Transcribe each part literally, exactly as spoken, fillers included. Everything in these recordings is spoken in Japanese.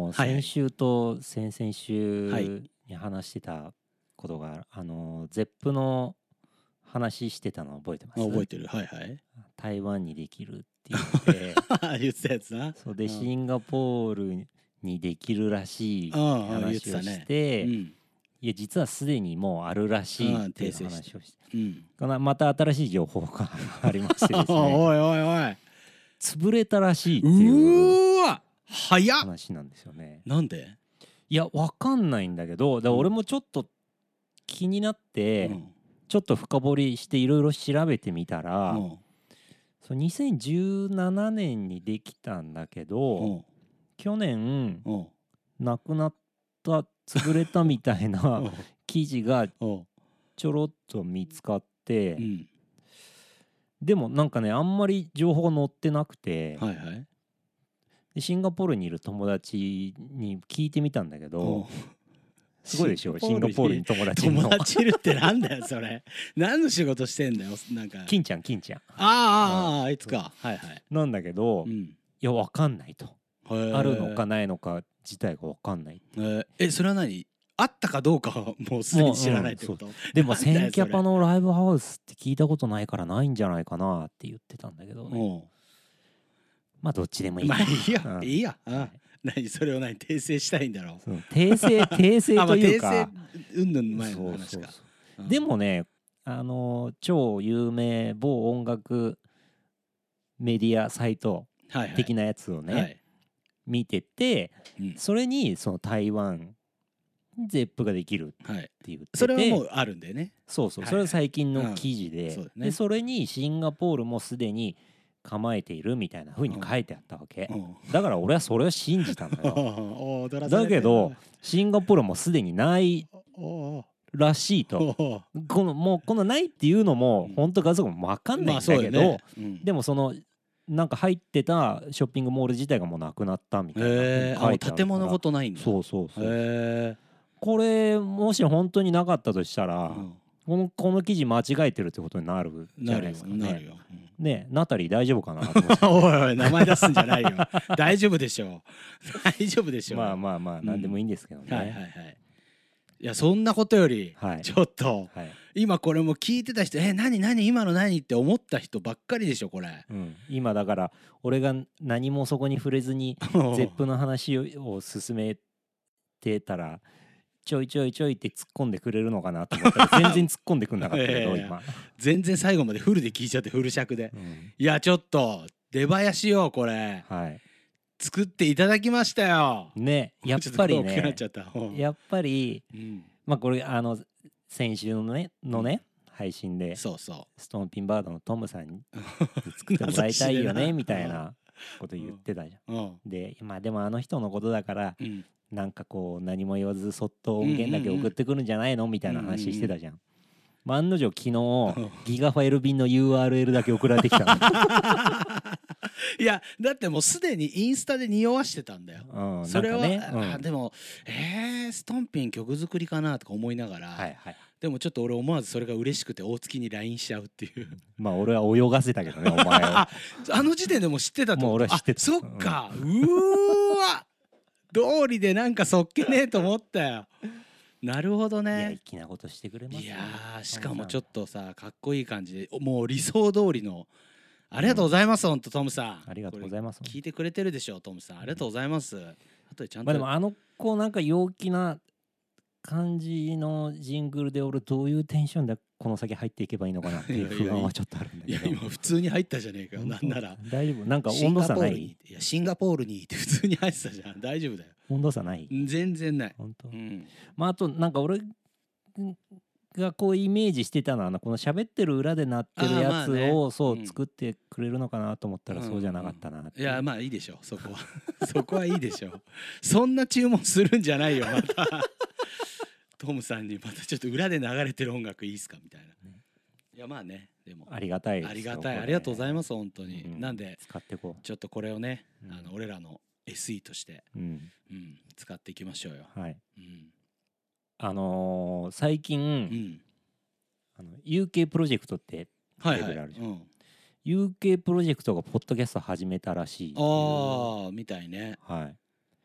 のはいはい先週と先々 はい週に話してたことが、あのゼップの話してたの覚えてまあす？ 覚えてる。はいはい台湾にできるって言って言ってたやつな。 そうで、 うんシンガポールにできるらしいってうんうん言って話をしたね。うて、 んいや実はすでにもうあるらしいっていう訂正して話をして、 うんこのまた新しい情報がありましてですおいね、 おいおい潰れたらしいってういうーわ早っ。 話なんですよね。 なんで？ いやわかんないんだけど、だから俺もちょっと気になっうて、 んちょっと深掘りしていろいろ調べてみたら、 うんそうにせんじゅうななねんにできたんだけうど、 ん去年うんなくなった潰れたみたいな記事がうんちょろっと見つかってう、んでもなんかねあんまり情報が載ってなくて、 はいはいでシンガポールにいる友達に聞いてみたんだけうんど、すごいでしょシンガポールに友達いる友の。 達いるってなんだよそれ。何の仕事してんだよなんか。 金ちゃん金ちゃんあああああいつか。はいはい。 なんだけど、いうんやわかんないと、 へえあるのかないのか自体がわかんない。 えーえそれは何？あったかどうかはもうすでに知らないってこと？ でもなんだよセンキャパのライブハウスって聞いたことないからないんじゃないかなって言ってたんだけどね。 うんまあどっちでもいいか。 まあいいや、 うんいいや。あはい何それを何訂正したいんだろう。 その訂正訂正あ、まあ、 というか、 訂正うんぬん前のそう話か。 そうそううんでもね、あの超有名某音楽メディアサイトはいはい的なやつをね、 はい見てて、 うんそれにその台湾ゼップができるってはい言ってて、 それはもうあるんだよね。 そうそう、 はいはいそれは最近の記事で、 うんそうだねでそれにシンガポールもすでに構えているみたいな風に書いてあったわけ、 うんだから俺はそれを信じたのよ。 踊らされてるだけどシンガポールもすでにないおらしいと、 おこのもうこのないっていうのもうん本当かどうかも分かんないまあそうんだけど、 だよねうんでもそのなんか入ってたショッピングモール自体がもうなくなったみたいな風にへえ書いてあるから、 建物ごとないんだ。 そうそうそう、 へえこれもし本当になかったとしたら、 うんこのこの記事間違えてるってことになるじゃなるよないですかね。 なるよ。うんね、ナタリー大丈夫かなと思っておいおい名前出すんじゃないよ。大丈夫でしょう。大丈夫でしょう。 まあまあまあ何でもいいんですけどね。 はいはいはい。いやそんなことより、 はいちょっとはい、 今これも聞いてた人え何何今の何って思った人ばっかりでしょこれ。 うん、今だから俺が何もそこに触れずにゼップの話を進めてたらちょいちょいちょいって突っ込んでくれるのかなと思ったら全然突っ込んでくんなかったけど、 いやいやいや今、 全然最後までフルで聞いちゃってフル尺で。 うんいやちょっと出囃子よこれはい作っていただきましたよ。 ね、やっぱりちょっと大きくなっねちゃった。うんやっぱりうんまあこれあの先週のねのね配信でそうそストーンピンバードのトムさんにう。 作ってもらいたいよねみたいな。 なこと言ってたじゃん。 うんでまあでもあの人のことだからうんなんかこう何も言わずそっと音源だけ送ってくるんじゃないのみたいな話してたじゃん。まあ案の定昨日ギガファイル便の ユーアールエル だけ送られてきたの。 いやだってもうすでにインスタで匂わしてたんだよ。 うん、 それは、 なんかね、うんあでもえー、ストンピン曲作りかなとか思いながら、 はいはい。 でもちょっと俺思わずそれが嬉しくて大月に ライン しちゃうっていうまあ俺は泳がせたけどねお前を。 ああの時点でもう知ってたってこと？ もう俺は知ってたあそっか、うーわ通りでなんかそっけねえと思ったよ。なるほどいやね。 粋なことしてくれますね。 いやーしかもちょっとさかっこいい感じでもう理想通りのありがとうございます、ほんとトムさん。 ありがとうございます。 これ聞いてくれてるでしょトムさん、ありがとうございます。あとでちゃんと、 まあでもあの子なんか陽気な感じのジングルで俺どういうテンションでこの先入っていけばいいのかなっていう不安はちょっとあるんだいやけど。 今普通に入ったじゃねえかよ。 本当なんなら大丈夫なんかシン温度差なガポールにいいやシンガポールにって普通に入ってたじゃん。大丈夫だよ。 温度差ない全然ない。 本当、 うんまああとなんか俺がこうイメージしてたのはなこの喋ってる裏で鳴ってるやつあーまあねをそううん作ってくれるのかなと思ったらうんそうじゃなかったなっていやまあいいでしょそこはそこはいいでしょ。そんな注文するんじゃないよまたトムさんにまたちょっと裏で流れてる音楽いいっすかみたいな、 ねいやまあねでもありがたいですよありがたいこれありがとうございます本当に、 うんなんで使ってこちょっとこれをね、 うんあの俺らの エスイー として、 う、うん、 うん、使っていきましょうよ。 はいうんあのー最近、 うんあの ユーケー プロジェクトってはいはい、 レベルあるじゃんうん、 ユーケー プロジェクトがポッドキャスト始めたらしいっていうああみたいね。 はい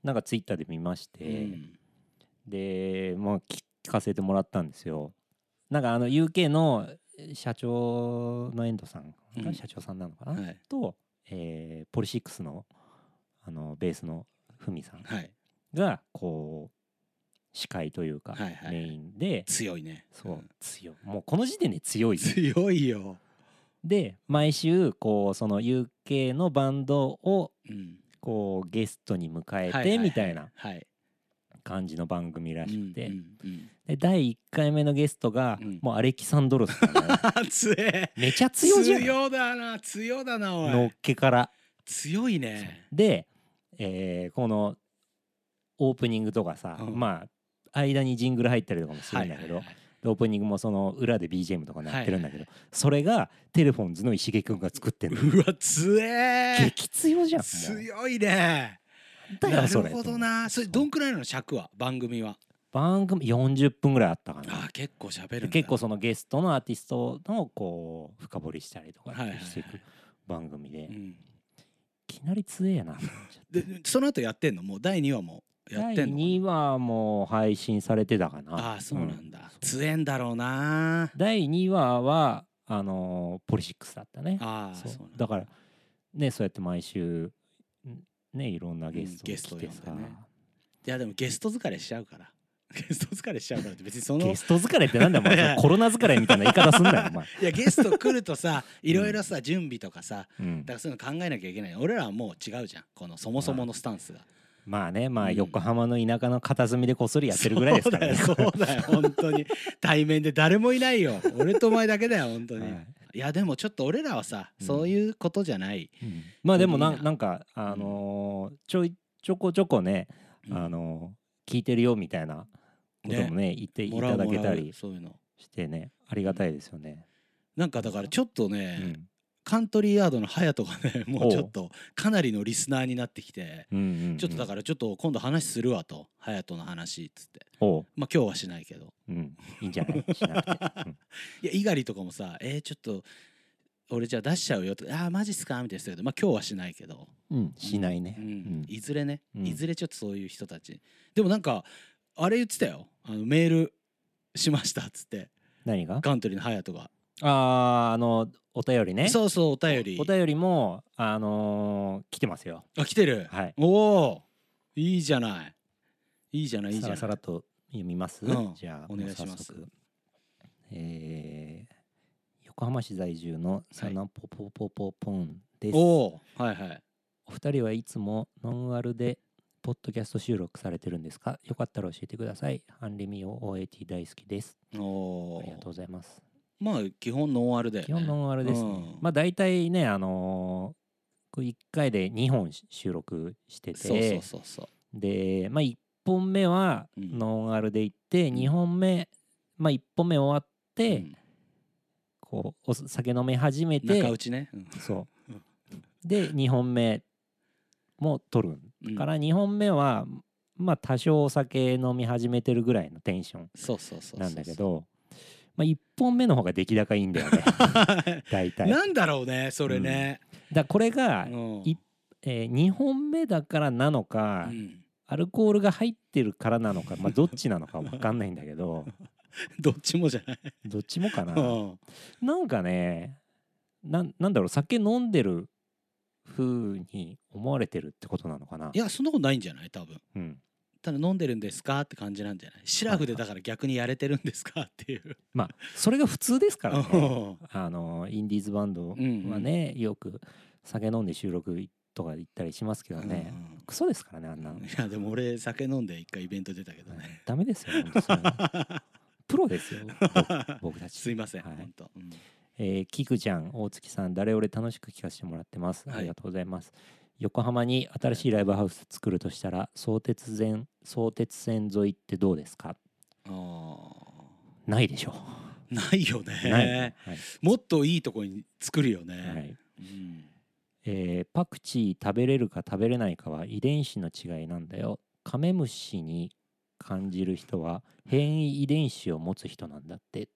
なんかツイッターで見ましうて、 んでもう聞かせてもらったんですよ。なんかあの ユーケー の社長の遠藤さんがうん社長さんなのかな、 はいと、えーポリシックスのあのベースのふみさんはいがこう司会というかはいはいメインで、 強いねそううん強い、もうこの時点で強い。 強いよで毎週こうその ユーケー のバンドをうんこうゲストに迎えはいはいはいてみたいなはい感じの番組らしくて、 うんうんでだいいっかいめのゲストがうんもうアレキサンドロスさんだようん強えめちゃ強いじゃん、 強だな強だなおのっいけから。 強いねで、えーこのオープニングとかさ、 うんまあ間にジングル入ったりとかもするんだけど、 はいはいはいでオープニングもその裏で ビージーエム とかなってるんだけど、 はいそれがテレフォンズの石毛くんが作ってんの。 うわ強え激強じゃんもう。 強いねだよそれなるほどなそれどんくらいなの尺は番組は番組よんじゅっぷんぐらいあったかな。 あー結構喋るんだで結構そのゲストのアーティストのこう深掘りしたりとかはいはいはいしていく番組で、いうんきなり強えなと思っちゃってでその後やってんのもうだいにわもやってんのかなだいにわも配信されてたかな。 ああそうなんだうん強えんだろうなだいにわはあのーポリシックスだったね。そうああそうなんだからねそうやって毎週んねいろんなゲストうんゲスト来てさ、 呼んでねいやでもゲスト疲れしちゃうからゲスト疲れしちゃうからって別にそのゲスト疲れってなんだよお前いやコロナ疲れみたいな言い方すんなよお前、 いやゲスト来るとさいろいろさ準備とかさうんだからそういうの考えなきゃいけない俺らはもう違うじゃんこのそもそものスタンスがまあねまあうん横浜の田舎の片隅でこっそりやってるぐらいですからね。 そうだよそうだよ本当に対面で誰もいないよ俺とお前だけだよ本当に、 はいい、やでもちょっと俺らはさ、 うんそういうことじゃない、 うんまあでもないいななんかあのーちょいちょこちょこね、 うんあのー聞いてるよみたいなこともね言っていもらただうもらうけたりそういうのしてねありがたいですよね。 なんかだからちょっとうね、 んカントリーヤードの隼人がねもうちょっとかなりのリスナーになってきて、 うんうんうんちょっとだからちょっと今度話するわと隼人の話っつっておうまあ今日はしないけどうんいいんじゃないしなくて、うんいや猪狩とかもさえー、ちょっと俺じゃあ出しちゃうよとかあーマジっすかみたいな言ってたけどまあ今日はしないけど、 うん、しないね。 ううんんいずれね、 うんいずれちょっとそういう人たちでもなんかあれ言ってたよあのメールしましたっつって何が？ カントリーの隼人が、 あーあのお便りね。 そうそうお便りお便りもあのー来てますよ。 あ来てる、 はい。 おおいいじゃないいいじゃないいいじさゃないらさらっと読みます。 うんじゃあお願いしますもう早速えー横浜市在住のサナポポポポポンです。 おおはいはいお二人はいつもノンアルでポッドキャスト収録されてるんですか？よかったら教えてください。ハンリミオ オーエーティー 大好きです。 おおありがとうございます。 まあ基本ノンアルだよね基本ノンアルですね。 うんまあ大体ねあのーこういっかいでにほん収録してて、 そうそうそうそうでまあいっぽんめはうんノンアルでいって、 うんにほんめまあいっぽんめ終わって、 うんこうお酒飲み始めて中打ちね、うんそうでにほんめも撮るうんからにほんめはまあ多少お酒飲み始めてるぐらいのテンションそうそうそうそうなんだけど、まあいっぽんめの方が出来高いいんだよね大体。だかなんだろうねそれね、 らこれが、 うんいえーにほんめだからなのか、 うんアルコールが入ってるからなのか、まあ、どっちなのか分かんないんだけどどっちもじゃない、 どっちもかな。 うんなんかねなんなんだろう酒飲んでる風に思われてるってことなのかな。 いやそんなことないんじゃない多分うん、 ただ飲んでるんですかって感じなんじゃないシラフでだから逆にやれてるんですかっていうまあそれが普通ですからね。 うんあのインディーズバンドはね、よく酒飲んで収録とか行ったりしますけどね、 うんクソですからねあんなの。 いやでも俺酒飲んで一回イベント出たけどねダメですよ本当そういうのプロですよ僕僕たち。 すいません、 はい本当、うんえー、キクちゃん大月さん誰俺楽しく聞かせてもらってます、 はいありがとうございます。横浜に新しいライブハウス作るとしたら相鉄線相鉄線沿いってどうですか？ あないでしょーないよう。ない、 ねはいもっといいとこに作るよね、 はいうんえーパクチー食べれるか食べれないかは遺伝子の違いなんだよ。カメムシに感じる人は変異遺伝子を持つ人なんだって。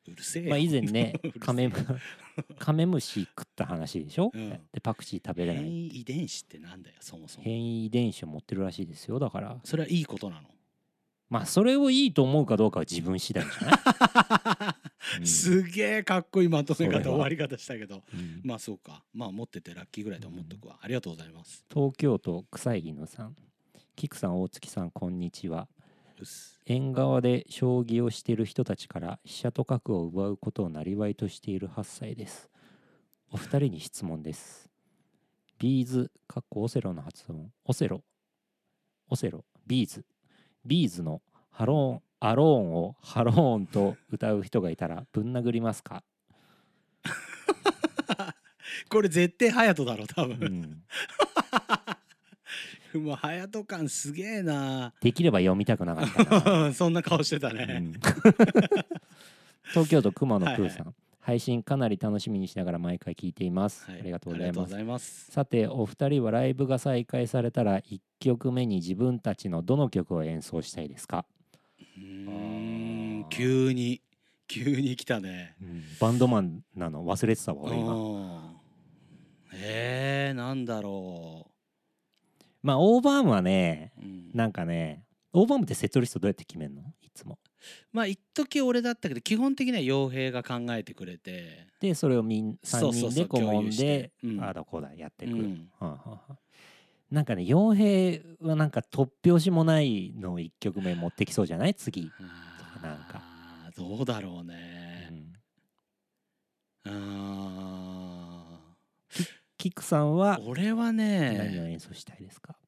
うるせえよ。 まあ以前ねうるせえカメムカメムシ食った話でしょ、 うんでパクチー食べれない変異遺伝子ってなんだよそもそも。 変異遺伝子を持ってるらしいですよ。だからそれはいいことなの？ まあそれをいいと思うかどうかは自分次第じゃない、うんすげえかっこいいまとめそれは方終わり方したけど、 うんまあそうか、まあ持っててラッキーぐらいと思っとくわ、ありがとうございます。 東京都草井絹さん、キクさん大月さんこんにちは。 うっす。 縁側で将棋をしている人たちから飛車と角を奪うことを生りとしているはっさいです。お二人に質問です。ビーズかっこオセロの発音オセロオセロビーズビーズのハローンアローンをハローンと歌う人がいたらぶん殴りますか？ これ絶対隼人だろ多う分、 ん、 もう隼人感すげえな。 できれば読みたくなかったな、 そんな顔してたうね、 ん東京都熊野プーさん、 はい配信かなり楽しみにしながら毎回聞いています、 はい、 ありがとうございます。 いますさてお二人はライブが再開されたらいっきょくめに自分たちのどの曲を演奏したいですか？ うーんあー急に急に来たね。 うん、バンドマンなの忘れてたわ俺今。 うんえー、なんだろまあオーバーアームはねう、うん、 なんかねオーバーアームってセットリストどうやって決めるのいつも？ まあ一時俺だったけど基本的には傭兵が考えてくれて、 でそれをみんさんそうそうそうにんで顧問共有してでうんああだこうだやっていく、 うんはあはあはあなんかね傭兵はなんか突拍子もないのをいっきょくめ持ってきそうじゃない次、 あなんかーどうだろううね。 ん、 あキクさんはー俺は何をね演奏したいですか？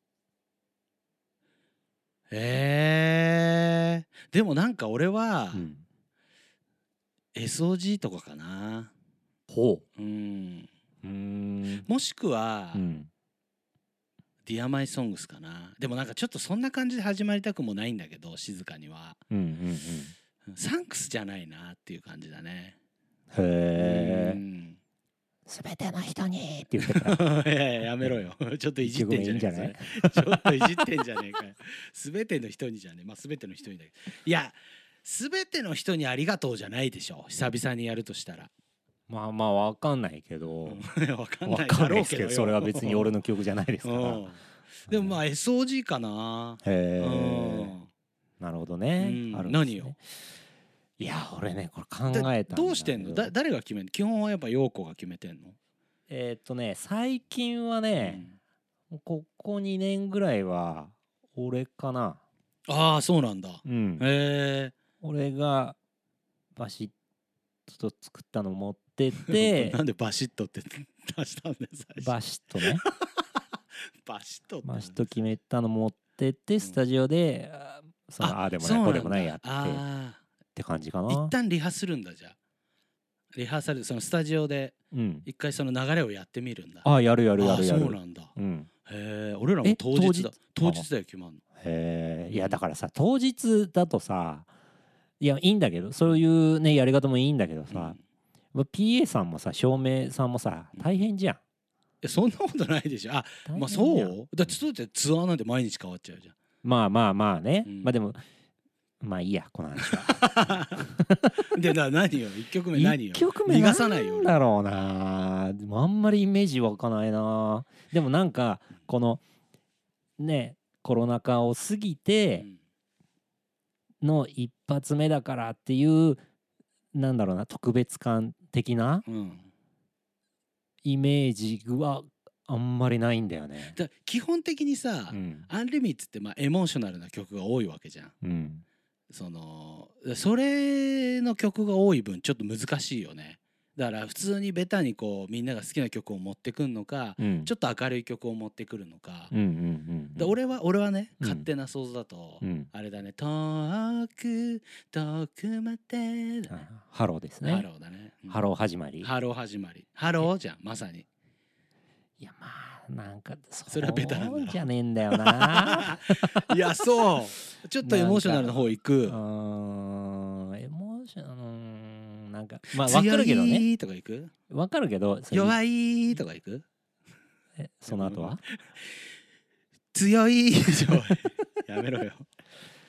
えー、でもなんか俺は、 うん、 エスオージー とかかな。 ほうんううーんもしくは、 うんディアマイソングスかな。でもなんかちょっとそんな感じで始まりたくもないんだけど静かには、 うんうんうんサンクスじゃないなっていう感じだね。 へえうんすべての人にって言ってたいやいややめろよちょっといじってんじゃねえかそれいっきょちょっといじってんじゃねえかよすべての人にじゃねえまあすべての人にだけどいやすべての人にありがとうじゃないでしょ久々にやるとしたら。 まあまあわかんないけど、 うんわかんないわかんないだろうけどよですけどそれは別に俺の曲じゃないですからうんでもまあ エスオージー かな。 へうえんなるほどね、 うんあるんですね。 何よいや俺ねこれ考だえたんだけどどうしてんのだ誰が決めんの基本はやっぱ陽子が決めてんの。 えーっとね最近はね、ここにねんぐらいは俺かな。 ああそうなんだ。 うんへえ俺がバシッと作ったの持っててなんでバシッとって出したんだよ最初。 バシッとねバシッとってバシッと決めたの持ってってスタジオで、あそのああでもないこうでもないやってっあて感じかな。 ー一旦リハするんだじゃあ。リハーサルそのスタジオでうん一回その流れをやってみるんだ。 あやるやるやあーるやるそうなんだ。 うんへえ俺らも当日だ当当日日だよ決まんの。 へえいやだからさ当日だとさいやいいんだけどそういうねやり方もいいんだけどさ、まあ ピーエー さんもさ照明さんもさ大変じゃん。 いやそんなことないでしょ。あまあ大変じゃんそうだってそうだってツアーなんて毎日変わっちゃうじゃん。 まあまあまあね、 うんまあでもまあいいやこの話はでだ何よいっきょくめ何よいっきょくめ逃ながさないよんだろうなでもあんまりイメージ湧かないな。でもなんかこのねコロナ禍を過ぎての一発目だからっていうなんだろうな特別感的なうん、うんイメージはあんまりないんだよね。 だ基本的にさ、 うんアンリミッツってまあエモーショナルな曲が多いわけじゃん。 うんそのそれの曲が多い分ちょっと難しいよね。だから普通にベタにこうみんなが好きな曲を持ってくんのか、 うんちょっと明るい曲を持ってくるのか、 うんうんうんで俺は俺はねうん勝手な想像だと、 うんあれだね遠く遠くまでだあねハローですね。 ハローだね、うんハロー始まり。 ハロー始まりハローじゃんまさに。 いやまあなんかそそれはベタなんだろうじゃねえんだよな。 いやそうちょっとエモーショナルの方行くうーんエモーショナルうーんなんかまあわかるけどね強いとか行くわかるけどそれ弱いとか行くえその後は強い以上やめろよ。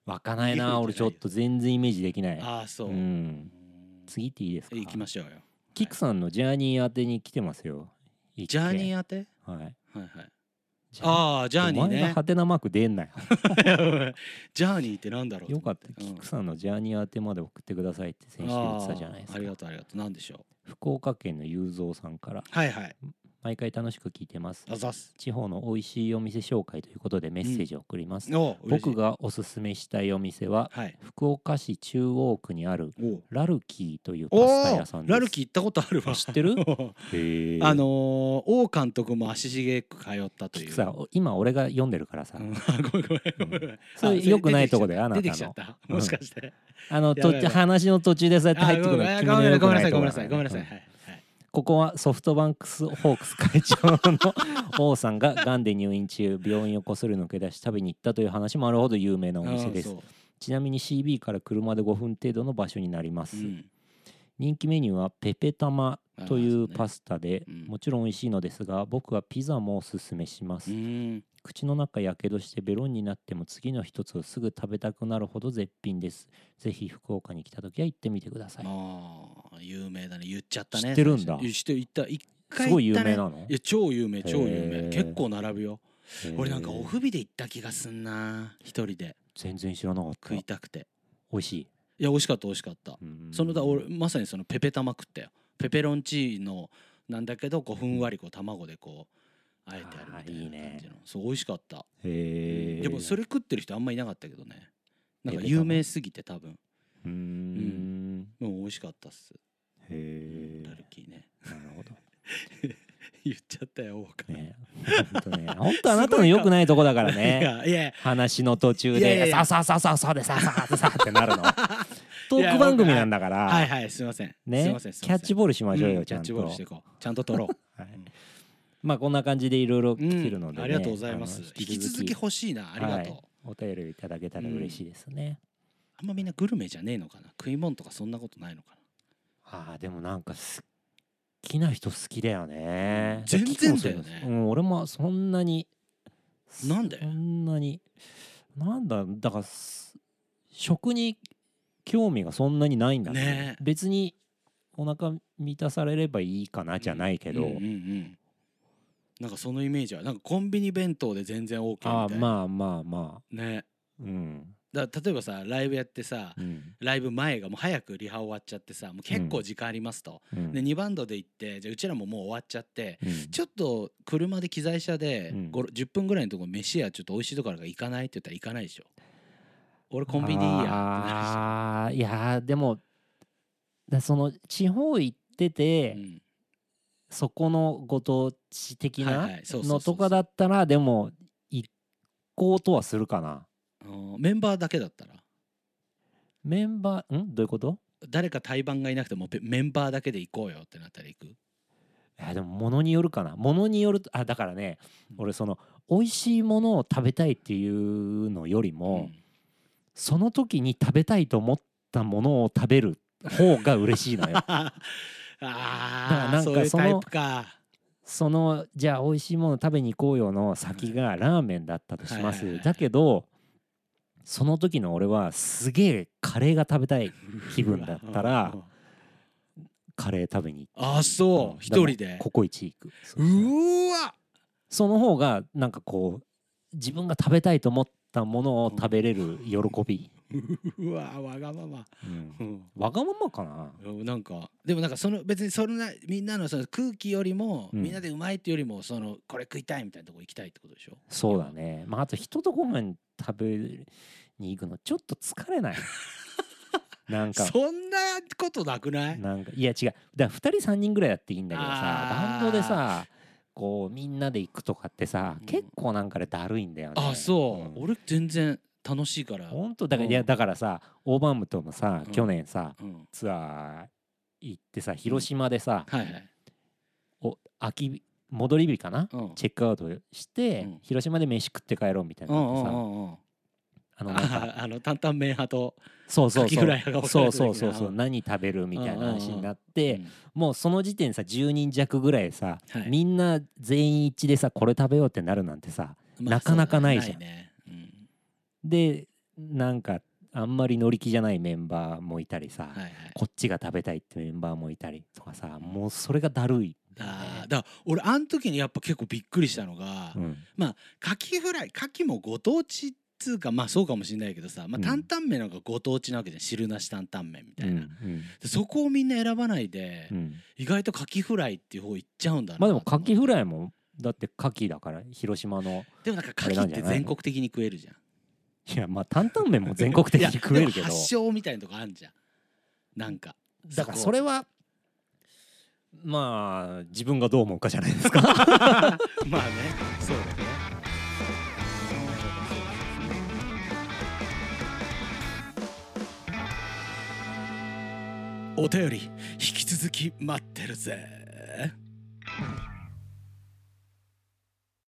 湧かないな。俺ちょっと全然イメージできない。 ああそう、 ううんん。次行っていいですか？ 行きましょうよ。 キクさんのジャーニー宛てに来てますよ。一ジャー件ニー宛て、 はい。 はいはい。 ジャああジャーニーお前がね。 ハテナマーク出んなよ。 ジャーニーってなんだろうとよかった。 思うんキクさんのジャーニー宛てまで送ってくださいって先週言ってたじゃないですか。 あーありがとうありがとう。なんでしょう。 福岡県の雄三さんから、 はいはい。 毎回楽しく聞いてます。 あざっす。 地方の美味しいお店紹介ということでメッセージを送ります。 お嬉しい。 僕がおすすめしたいお店ははい。 福岡市中央区にあるおラルキーというパおスタ屋さんです。 ラルキー行ったことあるわ。 知ってる？へーあのー、王監督も足しげく通ったという。 キクさん今俺が読んでるからさ、 うん、ごめんごめんごめんごめん。 それあ良くないとこであなたの出てきちゃった。もしかして。 あのやばいやばいと話の途中でそうやって入ってくるのあ君ごめんごめんなさいの良くないとごめんなさいごめんころだからねなさいごめんなさい。はいはい。 ここはソフトバンクスホークス会長の王さんががんで入院中病院をこすり抜け出し食べに行ったという話もあるほど有名なお店です。 あーそうちなみに シービー から車でごふん程度の場所になります。 うん人気メニューはペペタマというあーそうねパスタで、 うんもちろん美味しいのですが僕はピザもおすすめします。 うーん口の中やけどしてベロンになっても次の一つをすぐ食べたくなるほど絶品です。ぜひ福岡に来た時は行ってみてください。 ああ有名だね。言っちゃったね。 知ってるんだ最初知ってる。行った一回すごい有行ったね。 名なの？ いや超有名超有へー名。結構並ぶよ。 へー俺なんかオフ日で行った気がすんな。一人で全然知らなかった。 食いたくて。 美味しい。 いや美味しかった美味しかった。 うんそのだ俺まさにそのペペ玉食ったよ。ペペロンチーノなんだけどこうふんわりこう卵でこうあえてあるみたいな感じの。 あーいいねそう美味しかった。 へえ。 でもそれ食ってる人あんまいなかったけどね。なんかペペ玉有名すぎて多分。 うーん。 でも美味しかったっす。 へえ。 ラルキーね。 なるほど。 言っちゃったよ王か。 ね、本当ね、本当あなたの良くないとこだからいね。 やいや話の途中いやいやいやでさあさあさあさあそうでさあさあさあってなるの。トーク番組なんだから。 はいはいすいません。すいねません。 キャッチボールしましょうよ、 うんキャッちゃんと。 チボールしていこう。ちゃんと取ろう。 はいまあこんな感じでいろいろ来てるのでね、 うんありがとうございますあの。 引き続き欲しいな。ありがとう。 はいお便りいただけたら嬉しいですね。 あんまみんなグルメじゃねえのかな。食い物とかそんなことないのかああでもなんか好きな人好きだよね。 全然だよねうん、俺もそんなになんでそんなになんだだからす食に興味がそんなにないんだね。 ね別にお腹満たされればいいかなじゃないけど、 うんうんうんうんなんかそのイメージはなんかコンビニ弁当で全然 OK みたいな。 ああまあまあまあね。 うん、 だから例えばさライブやってさ、 うんライブ前がもう早くリハ終わっちゃってさもう結構時間ありますと、 うんでにバンドで行ってじゃあうちらももう終わっちゃってうんちょっと車で機材車でうんごじゅっぷんぐらいのところ飯屋ちょっと美味しいところから行かないって言ったら行かないでしょ。俺コンビニいいやってなるしあーいやーでもだその地方行ってて、 うんそこのご当地的はいなはいそうそうそうそうのとかだったらでも行こうとはするかな。 あのメンバーだけだったらメンバーんどういうこと？ 誰か対バンがいなくてもペメンバーだけで行こうよってなったら行く。 いやでも物によるかな。物によるとあだからね俺その美味しいものを食べたいっていうのよりも、 うんその時に食べたいと思ったものを食べる方が嬉しいのよ。 あらなんかあそういうそのタイプか。 そのじゃあ美味しいもの食べに行こうよの先がラーメンだったとします、 はいはいはいだけどその時の俺はすげえカレーが食べたい気分だったらカレー食べに行ってああそう一人でココイチ行く。そううそうーわその方がなんかこう自分が食べたいと思ったものを食べれる喜び、 うわわがまま、 うんうんわがままかな。 なんかでもなんかその別にそんなみんなのその空気よりも、 うんみんなでうまいってよりもそのこれ食いたいみたいなとこ行きたいってことでしょ。 そうだね。まああと人とご飯食べに行くのちょっと疲れないなんかそんなことなくない？ なんかいや違うだからふたりさんにんぐらいだっていいんだけどさあーバンドでさこうみんなで行くとかってさ、 うん結構なんかでだるいんだよね。 あそう、 ん俺全然楽しいから。 本当だから、 うんいやだからさオーバームともさ、 うん去年さうんツアー行ってさ広島でさ、 はいはい。 お秋戻り日かな、 うんチェックアウトして、 うん広島で飯食って帰ろうみたいにうなんってさ、 うんうんうん。 あのなんかああの担々麺派とそうそうそうカキフライが分かそうれてるそうそうそううん何食べるみたいな話になっうて、 んもうその時点さじゅうにん弱ぐらいさ、 はいみんな全員一致でさこれ食べようってなるなんてさ、 まあなかなかないじゃんそうだねないねうんでなんかあんまり乗り気じゃないメンバーもいたりさ、 はいはい、 こっちが食べたいってメンバーもいたりとかさ、もうそれがだるいんだよね。 あだから俺あの時にやっぱ結構びっくりしたのが、 うん、 まあカキフライカキもご当地っつうかまあそうかもしれないけどさ、まあ、担々麺なんかご当地なわけじゃん、汁なし担々麺みたいな、 うんうん、 でそこをみんな選ばないで、 うん、 意外とカキフライっていう方行っちゃうんだな。 まあでもカキフライももだってカキだから広島の。 でもなんかカキって全国的に食えるじゃん。 いやまあ担々麺も全国的に食えるけど発祥みたいなとこあんじゃん。なんかだからそれはまあ自分がどう思うかじゃないですか。 まあね、そうだね。お便り引き続き待ってるぜ。